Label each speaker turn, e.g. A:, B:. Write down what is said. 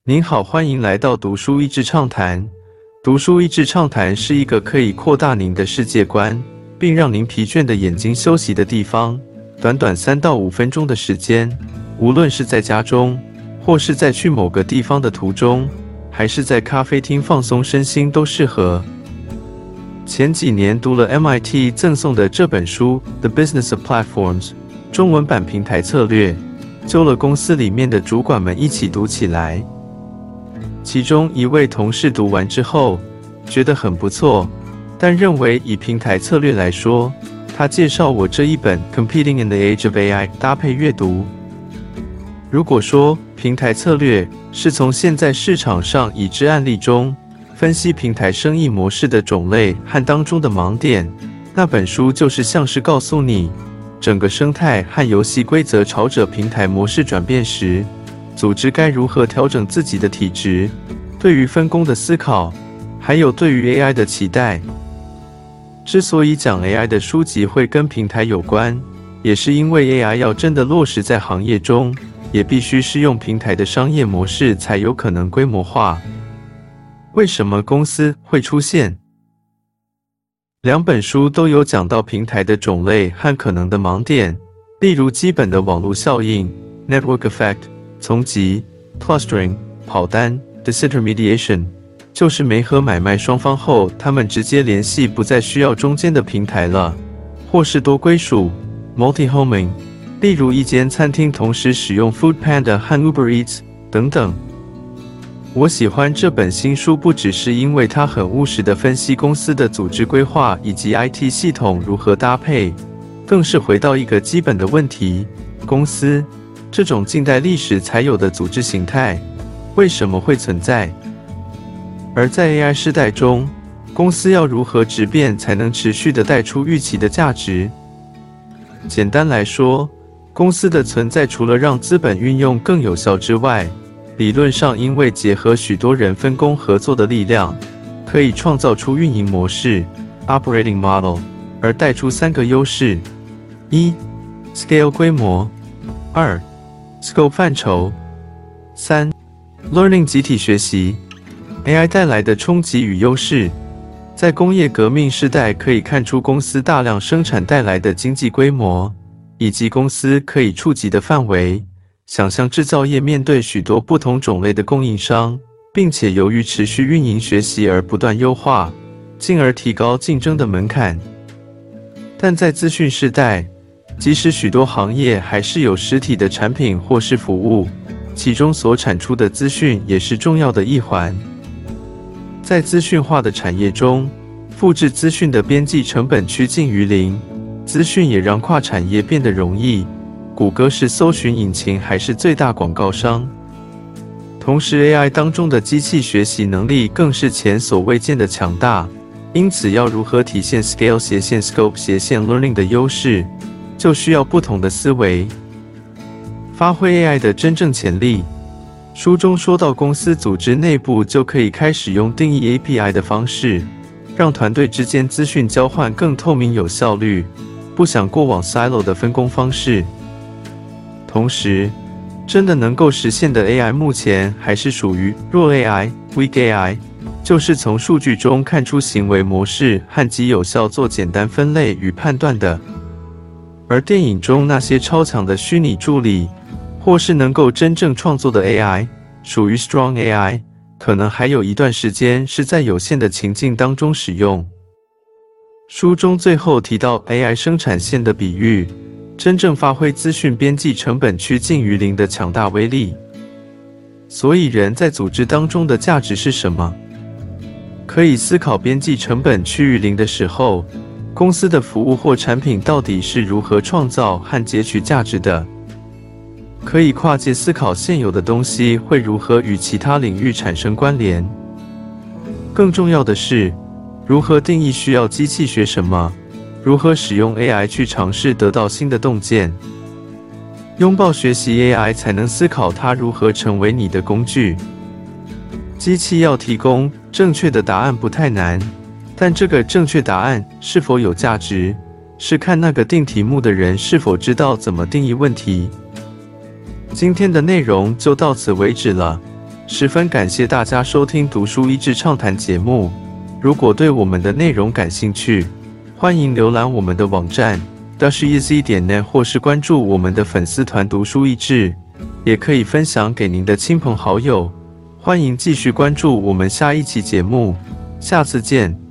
A: 您好，欢迎来到读书益智畅谈。读书益智畅谈是一个可以扩大您的世界观，并让您疲倦的眼睛休息的地方。短短3到5分钟的时间，无论是在家中，或是在去某个地方的途中，还是在咖啡厅放松身心都适合。前几年读了 MIT 赠送的这本书《The Business of Platforms》，中文版平台策略，揪了公司里面的主管们一起读起来。其中一位同事读完之后，觉得很不错，但认为以平台策略来说，他介绍我这一本《Competing in the Age of AI》搭配阅读。如果说平台策略是从现在市场上已知案例中分析平台生意模式的种类和当中的盲点，那本书就是像是告诉你，整个生态和游戏规则朝着平台模式转变时，组织该如何调整自己的体质，对于分工的思考，还有对于 AI 的期待。之所以讲 AI 的书籍会跟平台有关，也是因为 AI 要真的落实在行业中，也必须是用平台的商业模式才有可能规模化。为什么公司会出现？两本书都有讲到平台的种类和可能的盲点，例如基本的网络效应 （Network Effect）、从集 （Clustering）、跑单 （Disintermediation）， 就是媒合买卖双方后，他们直接联系，不再需要中间的平台了，或是多归属 （Multi-homing）， 例如一间餐厅同时使用 Foodpanda 和 Uber Eats 等等。我喜欢这本新书，不只是因为它很务实地分析公司的组织规划以及 IT 系统如何搭配，更是回到一个基本的问题：公司这种近代历史才有的组织形态，为什么会存在？而在 AI 时代中，公司要如何质变才能持续地带出预期的价值？简单来说，公司的存在除了让资本运用更有效之外，理论上因为结合许多人分工合作的力量，可以创造出运营模式 （operating model）， 而带出3个优势：1. Scale 规模 2. Scope 范畴 3. Learning 集体学习。AI 带来的冲击与优势，在工业革命时代可以看出公司大量生产带来的经济规模，以及公司可以触及的范围。想象制造业面对许多不同种类的供应商，并且由于持续运营学习而不断优化，进而提高竞争的门槛。但在资讯时代，即使许多行业还是有实体的产品或是服务，其中所产出的资讯也是重要的一环。在资讯化的产业中，复制资讯的边际成本趋近于零，资讯也让跨产业变得容易。谷歌是搜寻引擎还是最大广告商？同时 AI 当中的机器学习能力更是前所未见的强大，因此要如何体现 Scale 斜线 Scope 斜线 Learning 的优势，就需要不同的思维，发挥 AI 的真正潜力。书中说到，公司组织内部就可以开始用定义 API 的方式，让团队之间资讯交换更透明有效率，不想过往 silo 的分工方式。同时，真的能够实现的 AI 目前还是属于弱 AI、Weak AI， 就是从数据中看出行为模式和极有效做简单分类与判断的。而电影中那些超强的虚拟助理，或是能够真正创作的 AI， 属于 Strong AI， 可能还有一段时间是在有限的情境当中使用。书中最后提到 AI 生产线的比喻，真正发挥资讯边际成本趋近于零的强大威力。所以人在组织当中的价值是什么？可以思考边际成本趋于零的时候，公司的服务或产品到底是如何创造和截取价值的。可以跨界思考现有的东西会如何与其他领域产生关联。更重要的是，如何定义需要机器学什么，如何使用 AI 去尝试得到新的洞见。拥抱学习 AI 才能思考它如何成为你的工具。机器要提供正确的答案不太难，但这个正确答案是否有价值，是看那个定题目的人是否知道怎么定义问题。今天的内容就到此为止了， 十分感谢大家收听读书益智畅谈节目。如果对我们的内容感兴趣，欢迎浏览我们的网站 dashez.net 或是关注我们的粉丝团读书益智，也可以分享给您的亲朋好友。欢迎继续关注我们下一期节目，下次见。